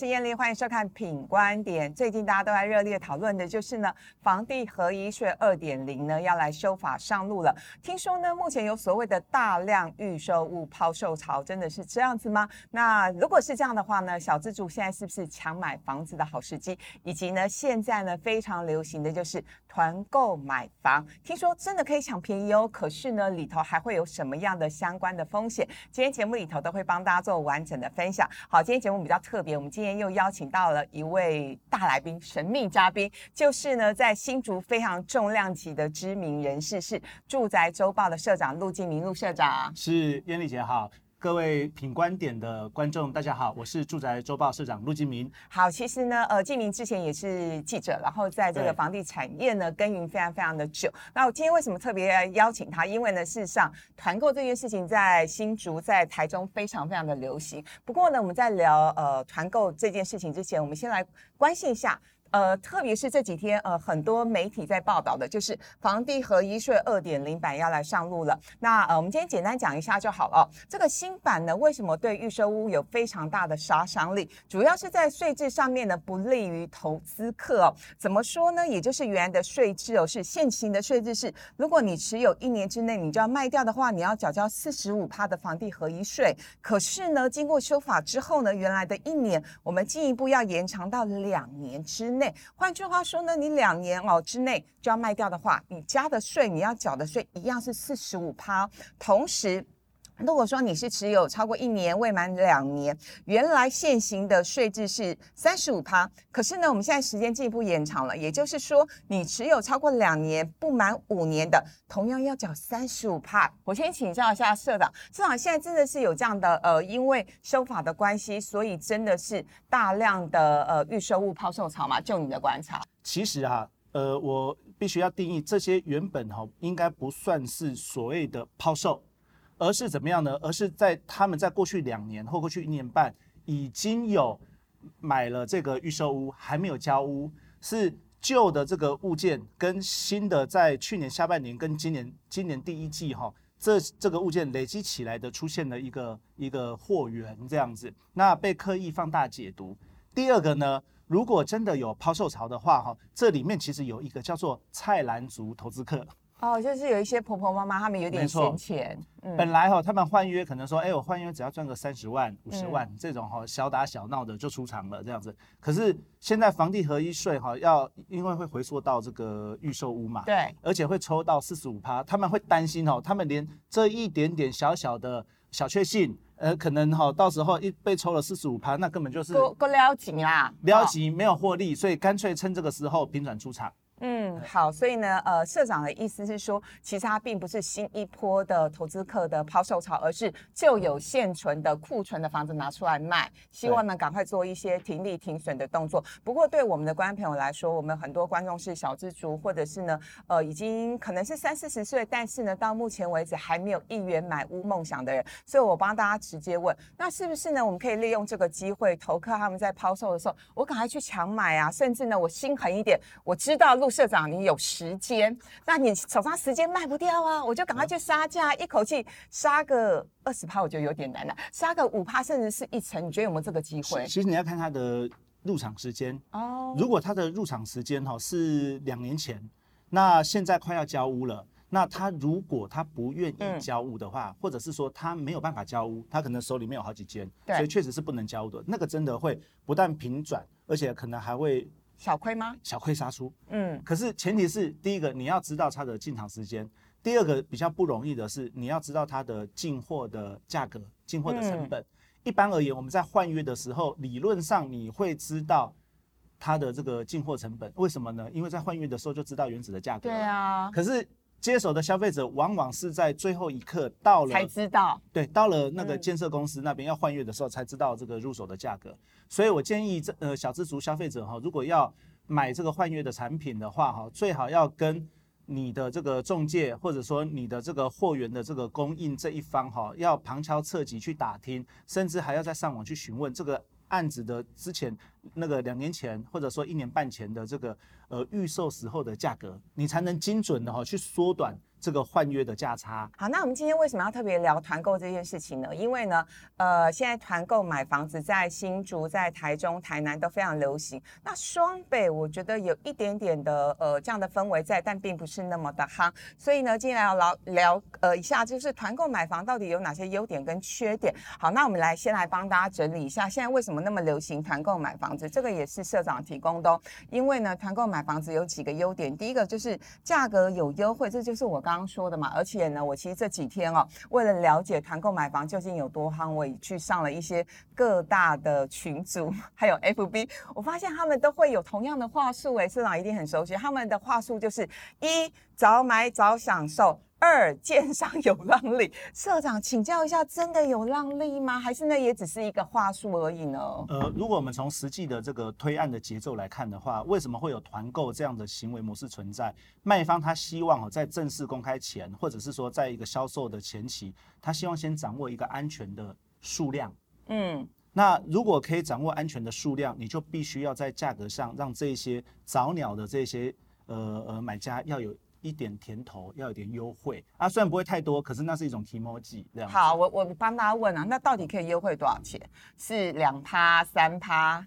是燕丽，欢迎收看品观点。最近大家都在热烈讨论的就是呢，房地合一税 2.0 呢要来修法上路了。听说呢，目前有所谓的大量预售物抛售潮，真的是这样子吗？那如果是这样的话呢，小资族现在是不是抢买房子的好时机？以及呢，现在呢非常流行的就是团购买房，听说真的可以抢便宜哦。可是呢，里头还会有什么样的相关的风险？今天节目里头都会帮大家做完整的分享。好，今天节目比较特别，我们今天又邀请到了一位大来宾，神秘嘉宾，就是呢在新竹非常重量级的知名人士，是住宅周报的社长陆敬明陆社长。 是，燕丽姐好。各位品观点的观众，大家好，我是住宅周报社长陆敬明。 好，其实呢，敬明之前也是记者，然后在这个房地产业呢耕耘非常非常的久。那我今天为什么特别邀请他？因为呢，事实上团购这件事情在新竹、在台中非常非常的流行。不过呢，我们在聊团购这件事情之前，我们先来关心一下。特别是这几天，很多媒体在报道的，就是房地合一税 2.0 版要来上路了。那我们今天简单讲一下就好了。这个新版呢，为什么对预售屋有非常大的杀伤力？主要是在税制上面呢，不利于投资客哦。怎么说呢？也就是原来的税制哦，是现行的税制是，如果你持有1年之内你就要卖掉的话，你要缴交 45% 的房地合一税。可是呢，经过修法之后呢，原来的1年，我们进一步要延长到2年之内。换句话说呢，你2年之内就要卖掉的话，你加的税，你要缴的税一样是 45%。同时如果说你是持有超过1年未满2年，原来现行的税制是 35%， 可是呢我们现在时间进一步延长了，也就是说你持有超过2年不满5年的，同样要缴 35%。 我先请教一下社长，现在真的是有这样的因为修法的关系，所以真的是大量的预售物抛售潮吗？就你的观察。 其实我必须要定义这些原本应该不算是所谓的抛售，而是怎么样呢？而是他们在过去2年或过去1年半已经有买了这个预售屋，还没有交屋，是旧的这个物件跟新的在去年下半年跟今年第一季这个物件累积起来的出现了一个货源这样子，那被刻意放大解读。第二个呢，如果真的有抛售潮的话这里面其实有一个叫做菜篮族投资客。 就是有一些婆婆妈妈他们有点闲钱， 本来他们换约可能说，我换约只要赚个30万、50万，这种小打小闹的就出场了这样子。可是现在房地合一税因为会回溯到这个预售屋嘛， 对， 而且会抽到 45%， 他们会担心他们连这一点点小小的小确幸，可能到时候一被抽了 45%， 那根本就是够了紧啦， 了紧没有获利，所以干脆趁这个时候平转出场。 好，所以呢，社长的意思是说，其实它并不是新一波的投资客的抛售潮，而是就有现存的库存的房子拿出来卖，希望呢赶快做一些停利停损的动作。不过对我们的观众朋友来说，我们很多观众是小资族，或者是呢，已经可能是30-40岁，但是呢，到目前为止还没有1元买屋梦想的人，所以我帮大家直接问，那是不是呢，我们可以利用这个机会，投客他们在抛售的时候，我赶快去抢买啊，甚至呢，我心狠一点，我知道陆社长你有时间，那你手上时间卖不掉啊，我就赶快去杀价，一口气杀个20%，我觉得有点难了，杀个5%甚至是1成，你觉得有没有这个机会？ 其实你要看他的入场时间如果他的入场时间是2年前，那现在快要交屋了，那他如果他不愿意交屋的话，或者是说他没有办法交屋，他可能手里面有好几间，所以确实是不能交屋的，那个真的会不但平转，而且可能还会小亏吗？ 小亏杀出。可是前提是第一个你要知道它的进场时间，第二个比较不容易的是你要知道它的进货的价格、进货的成本。一般而言，我们在换约的时候，理论上你会知道它的这个进货成本，为什么呢？因为在换约的时候就知道原始的价格了。 对啊。 可是接手的消费者往往是在最后一刻到了才知道， 对，到了那个建设公司那边要换约的时候才知道这个入手的价格。所以我建议小资族消费者如果要买这个换约的产品的话最好要跟你的这个仲介或者说你的这个货源的这个供应这一方要旁敲侧击去打听，甚至还要再上网去询问这个案子的之前那个2年前或者说1年半前的这个预售时候的价格，你才能精准的去缩短这个换约的价差。 好，那我们今天为什么要特别聊团购这件事情呢？因为呢，现在团购买房子在新竹、在台中、台南都非常流行。那双北我觉得有一点点的这样的氛围在，但并不是那么的夯。所以呢，今天来聊一下，就是团购买房到底有哪些优点跟缺点。好，那我们先来帮大家整理一下，现在为什么那么流行团购买房子？这个也是社长提供的哦。因为呢，团购买房子有几个优点，第一个就是价格有优惠，这就是我刚刚说的嘛。而且呢，我其实这几天为了了解团购买房究竟有多夯，我也去上了一些各大的群组，还有 FB， 我发现他们都会有同样的话术，社长一定很熟悉。他们的话术就是一早买早享受。二建商有让利，社长请教一下，真的有让利吗？还是那也只是一个话术而已呢？ 如果我们从实际的这个推案的节奏来看的话，为什么会有团购这样的行为模式存在？卖方他希望在正式公开前，或者是说在一个销售的前期，他希望先掌握一个安全的数量。那如果可以掌握安全的数量，你就必须要在价格上让这些早鸟的这些买家要有一点甜头，要有点优惠啊，虽然不会太多，可是那是一种提摩剂这样子。 好，我帮大家问啊，那到底可以优惠多少钱？是2%、3%？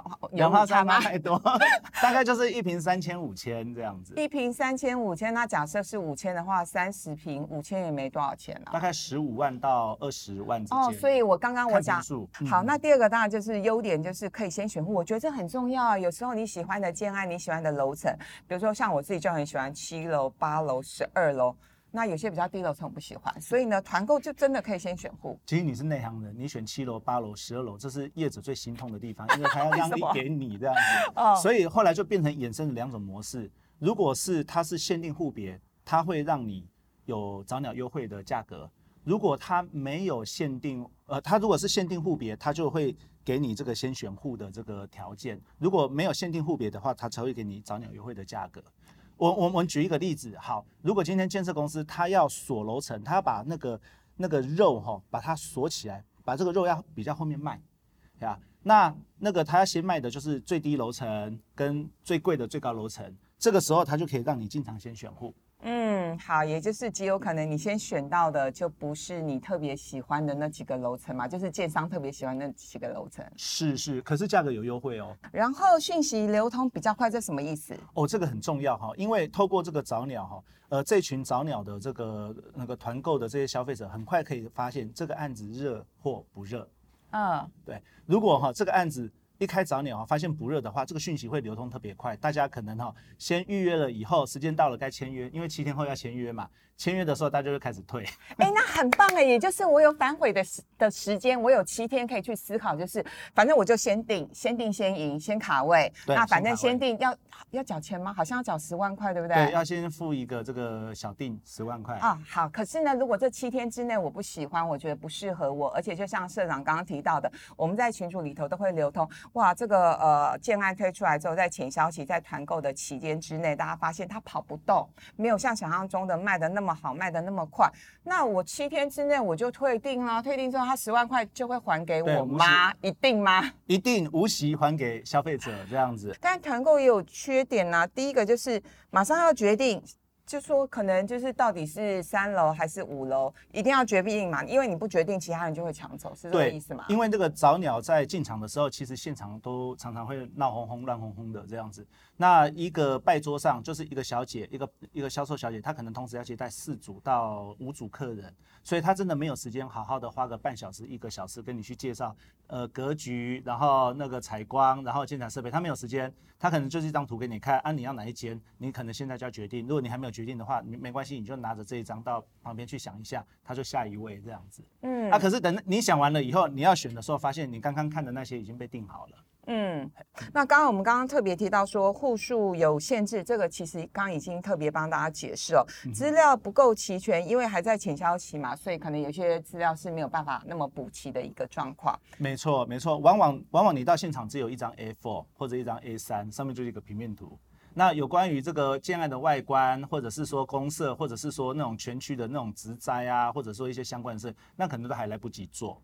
2%、3%太多，大概就是一坪3000、5000这样子。 一坪3000、5000，那假设是5000的话，30坪5000也没多少钱啊， 大概15万到20万之间。 所以我刚刚讲，好，那第二个当然就是优点，就是可以先选户，我觉得这很重要啊。有时候你喜欢的建案，你喜欢的楼层，比如说像我自己就很喜欢7楼、8楼、12楼。那有些比较低楼层我不喜欢，所以呢，团购就真的可以先选户。 其实你是内行人，你选7楼、8楼、12楼，这是业者最心痛的地方，因为他要让利给你这样子。所以后来就变成衍生了2种模式。如果是它是限定户别，它会让你有早鸟优惠的价格；如果它没有限定，它如果是限定户别，它就会给你这个先选户的这个条件；如果没有限定户别的话，它才会给你早鸟优惠的价格。我们举一个例子，好，如果今天建设公司它要锁楼层，它要把那个肉把它锁起来，把这个肉要比较后面卖，呀，那个它要先卖的就是最低楼层跟最贵的最高楼层，这个时候它就可以让你进场先选户。 好，也就是极有可能你先选到的就不是你特别喜欢的那几个楼层嘛，就是建商特别喜欢那几个楼层。 是，可是价格有优惠哦。 然后讯息流通比较快，这什么意思？ 这个很重要哈，因为透过这个早鸟这群早鸟的这个团购的这些消费者，很快可以发现这个案子热或不热。对，如果这个案子一开早鸟发现不热的话，这个讯息会流通特别快，大家可能先预约了以后，时间到了该签约，因为7天后要签约嘛，签约的时候大家就会开始退。 那很棒也就是我有反悔的时间，我有7天可以去思考，就是反正我就先定先赢，先卡位。那反正先定要缴钱吗？好像要缴10万块，对不对？ 对，要先付一个这个小定10万块。 好，可是呢，如果这7天之内我不喜欢，我觉得不适合我，而且就像社长刚刚提到的，我们在群组里头都会流通。哇，这个建案推出来之后，在潜销期、在团购的期间之内，大家发现它跑不动，没有像想象中的卖的那么好，卖的那么快。那我7天之内我就退订了，退订之后他10万块就会还给我吗？一定吗？ 一定无息还给消费者这样子。 但团购也有缺点啊，第一个就是马上要决定。就说可能就是到底是3楼还是5楼，一定要决定嘛，因为你不决定，其他人就会抢走，是这个意思吗？ 因为这个早鸟在进场的时候，其实现场都常常会闹哄哄、乱哄哄的这样子。那一个拜桌上就是一个小姐，一个销售小姐，她可能同时要接待4组到5组客人，所以她真的没有时间好好的花个半小时、1个小时跟你去介绍格局，然后那个采光，然后建材设备，她没有时间，她可能就是一张图给你看，你要哪一间，你可能现在就要决定。如果你还没有决定的话，你没关系，你就拿着这一张到旁边去想一下，他就下一位这样子。可是等你想完了以后，你要选的时候，发现你刚刚看的那些已经被定好了。 那我们刚刚特别提到说户数有限制，这个其实刚刚已经特别帮大家解释哦。资料不够齐全，因为还在潜销期嘛，所以可能有些资料是没有办法那么补齐的一个状况。 没错，往往你到现场只有一张 A4 或者一张 A3，上面就是一个平面图。那有关于这个建案的外观，或者是说公设，或者是说那种全区的那种植栽啊，或者说一些相关的事，那可能都还来不及做。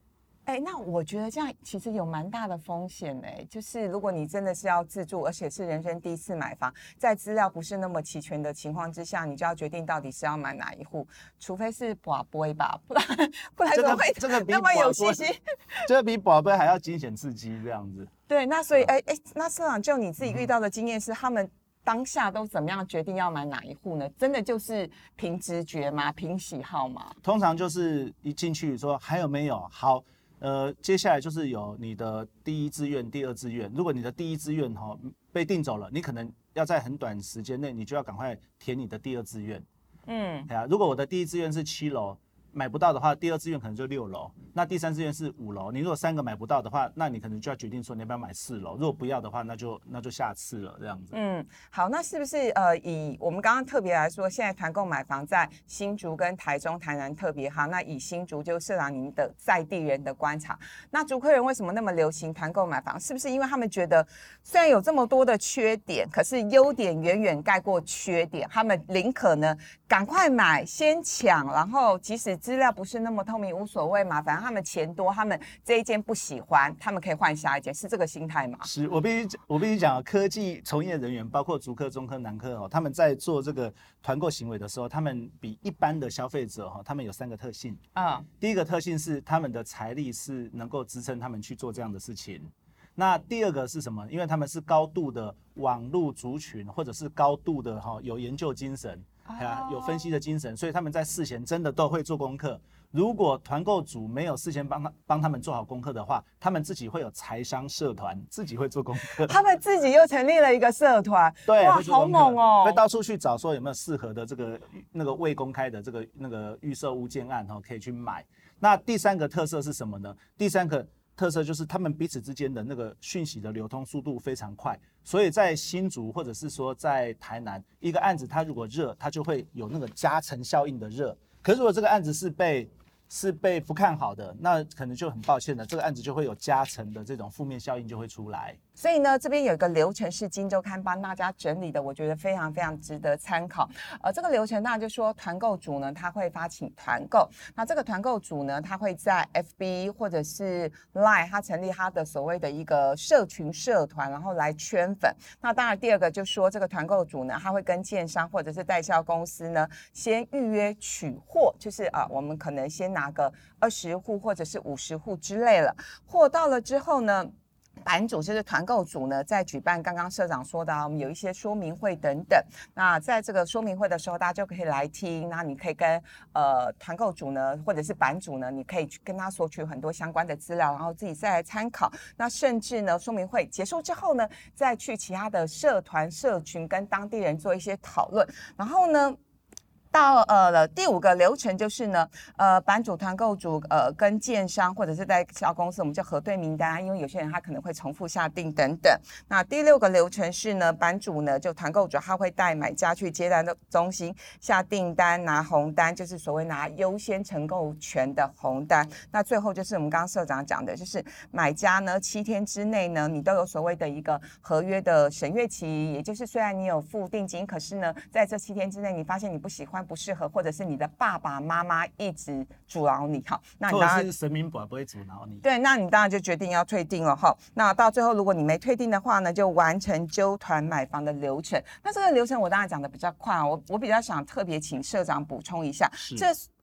那我觉得这样其实有蛮大的风险就是如果你真的是要自住，而且是人生第一次买房，在资料不是那么齐全的情况之下，你就要决定到底是要买哪一户，除非是博杯吧，不然怎么会那么有信心？ 这个比博杯还要惊险刺激这样子。 对，那所以那社长就你自己遇到的经验是他们当下都怎么样决定要买哪一户呢？真的就是凭直觉吗？凭喜好吗？ 通常就是一进去说还有没有好，接下来就是有你的第一志愿、第二志愿。如果你的第一志愿被订走了，你可能要在很短时间内，你就要赶快填你的第二志愿。如果我的第一志愿是7楼。买不到的话，第二志愿可能就6楼，那第三志愿是5楼。你如果3个买不到的话，那你可能就要决定说你要不要买4楼。如果不要的话，那就下次了这样子。 好，那是不是以我们刚刚特别来说，现在团购买房在新竹跟台中、台南特别好。那以新竹就社长您的在地人的观察，那竹科人为什么那么流行团购买房？是不是因为他们觉得虽然有这么多的缺点，可是优点远远盖过缺点，他们宁可呢赶快买先抢，然后即使资料不是那么透明无所谓嘛，反正他们钱多，他们这一间不喜欢，他们可以换下一间，是这个心态吗？ 是我必须讲，科技从业人员包括竹科、中科、南科他们在做这个团购行为的时候，他们比一般的消费者他们有3个特性。第一个特性是他们的财力是能够支撑他们去做这样的事情。那第二个是什么？因为他们是高度的网络族群，或者是高度的有研究精神。有分析的精神，所以他们在事前真的都会做功课。如果团购主没有事先帮他们做好功课的话，他们自己会有财商社团，自己会做功课。 他们自己又成立了一个社团， 对， 哇，好猛哦！ 会到处去找说有没有适合的那个未公开的那个预售物件案可以去买。那第3个特色是什么呢？第3个特色就是他们彼此之间的那个讯息的流通速度非常快，所以在新竹或者是说在台南，一个案子它如果热，它就会有那个加成效应的热。可是如果这个案子是被不看好的，那可能就很抱歉了，这个案子就会有加成的这种负面效应就会出来。 所以呢，这边有一个流程是今周刊帮大家整理的，我觉得非常非常值得参考。这个流程当然就说团购主呢，他会发起团购，那这个团购主呢，他会在 FB 或者是 Line， 他成立他的所谓的一个社群社团，然后来圈粉。那当然第2个就说这个团购主呢，他会跟建商或者是代销公司呢，先预约取货，就是我们可能先拿个20户或者是50户之类了，货到了之后呢，版主就是团购组呢，在举办刚刚社长说的我们有一些说明会等等。那在这个说明会的时候，大家就可以来听。那你可以跟团购组呢，或者是版主呢，你可以去跟他索取很多相关的资料，然后自己再来参考。那甚至呢，说明会结束之后呢，再去其他的社团社群跟当地人做一些讨论。然后呢，到第5个流程就是呢，版主、团购主跟建商或者是代销公司，我们就核对名单，因为有些人他可能会重复下订等等。那第6个流程是呢，版主呢就团购主他会带买家去接单的中心下订单，拿红单，就是所谓拿优先承购权的红单。那最后就是我们刚刚社长讲的，就是买家呢7天之内呢，你都有所谓的一个合约的审阅期，也就是虽然你有付定金，可是呢，在这7天之内，你发现你不喜欢、不适合，或者是你的爸爸妈妈一直阻挠你，那你当然或者是神明不会阻挠你， 对，那你当然就决定要退订了那到最后，如果你没退订的话呢，就完成揪团买房的流程。那这个流程我当然讲的比较快我比较想特别请社长补充一下，这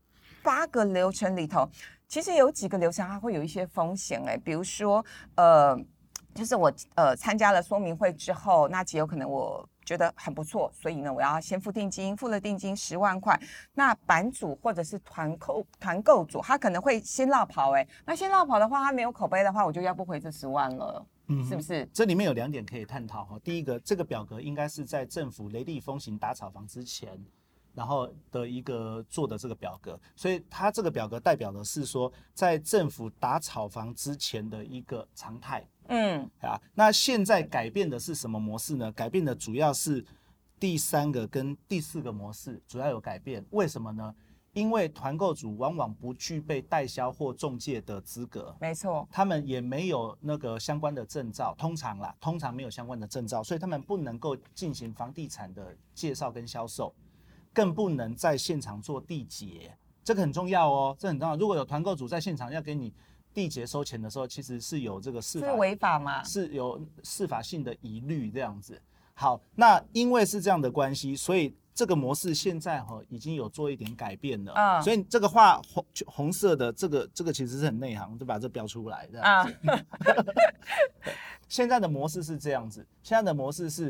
8个流程里头，其实有几个流程它会有一些风险比如说就是我参加了说明会之后，那极有可能我觉得很不错，所以呢我要先付定金，付了定金10万块，那版主或者是团购主他可能会先落跑那先落跑的话，他没有口碑的话，我就要不回这10万了。是不是？ 这里面有2点可以探讨第一个，这个表格应该是在政府雷厉风行打炒房之前，然后的一个做的这个表格，所以它这个表格代表的是说，在政府打炒房之前的一个常态。那现在改变的是什么模式呢？改变的主要是第3个跟第4个模式主要有改变。为什么呢？因为团购主往往不具备代销或中介的资格， 没错， 他们也没有那个相关的证照，通常没有相关的证照，所以他们不能够进行房地产的介绍跟销售，更不能在现场做缔结，这个很重要这很重要。如果有团购主在现场要给你缔结收钱的时候，其实是有这个是违法吗？ 是有司法性的疑虑这样子。好，那因为是这样的关系，所以这个模式现在已经有做一点改变了。所以这个画红色的这个其实是很内行，就把这标出来这样子。现在的模式是这样子，现在的模式是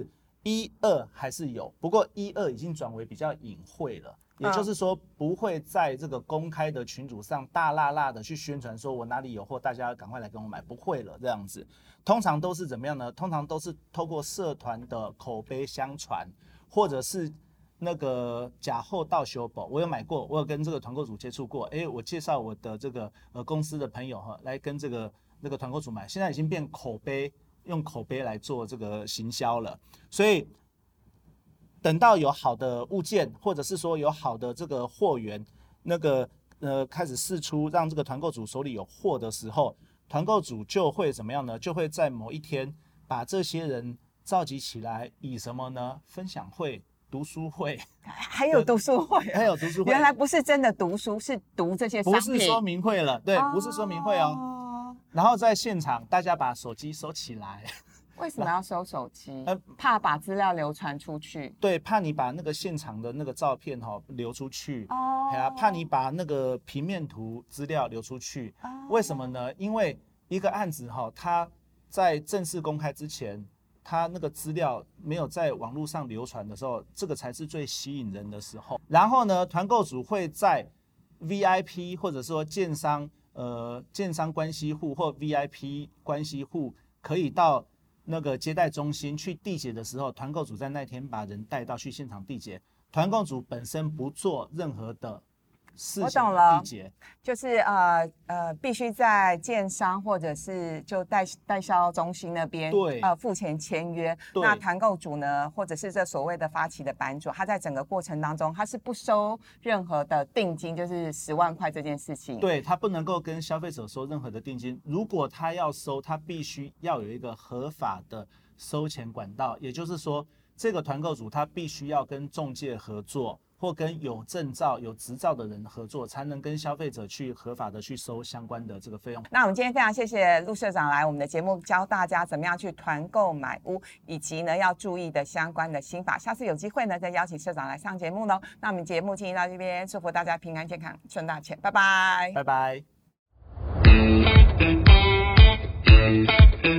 1、2还是有，不过1、2已经转为比较隐晦了。也就是说，不会在这个公开的群组上大辣辣的去宣传说我哪里有货，大家赶快来跟我买，不会了这样子。通常都是怎么样呢？通常都是透过社团的口碑相传，或者是那个假货到修补。我有买过，我有跟这个团购组接触过。我介绍我的这个公司的朋友来跟那个团购组买，现在已经变口碑，用口碑来做这个行销了，所以。等到有好的物件，或者是说有好的这个货源，那个开始释出，让这个团购组手里有货的时候，团购组就会怎么样呢？就会在某一天把这些人召集起来，以什么呢？分享会、读书会， 还有读书会， 还有读书会。 原来不是真的读书，是读这些商品， 不是说明会了，对，不是说明会哦。然后在现场，大家把手机收起来。 为什么要收手机？怕把资料流传出去。 对，怕你把那个现场的那个照片流出去。怕你把那个平面图资料流出去。为什么呢？因为一个案子它在正式公开之前，它那个资料没有在网络上流传的时候，这个才是最吸引人的时候。然后呢，团购组会在 VIP 或者说建商关系户或 VIP 关系户可以到那个接待中心去缔结的时候，团购组在那天把人带到去现场締结，团购组本身不做任何的事情缔结， 就是必须在建商或者是就代销中心那边付钱签约。那团购组呢，或者是这所谓的发起的版主，他在整个过程当中他是不收任何的定金，就是10万块这件事情。 对，他不能够跟消费者收任何的定金，如果他要收，他必须要有一个合法的收钱管道，也就是说，这个团购组他必须要跟仲介合作。或跟有证照、有执照的人合作，才能跟消费者去合法的去收相关的这个费用。 那我们今天非常谢谢陆社长来我们的节目，教大家怎么样去团购买屋，以及呢要注意的相关的心法。下次有机会呢再邀请社长来上节目喽。那我们节目进行到这边，祝福大家平安健康赚大钱，拜拜， 拜拜。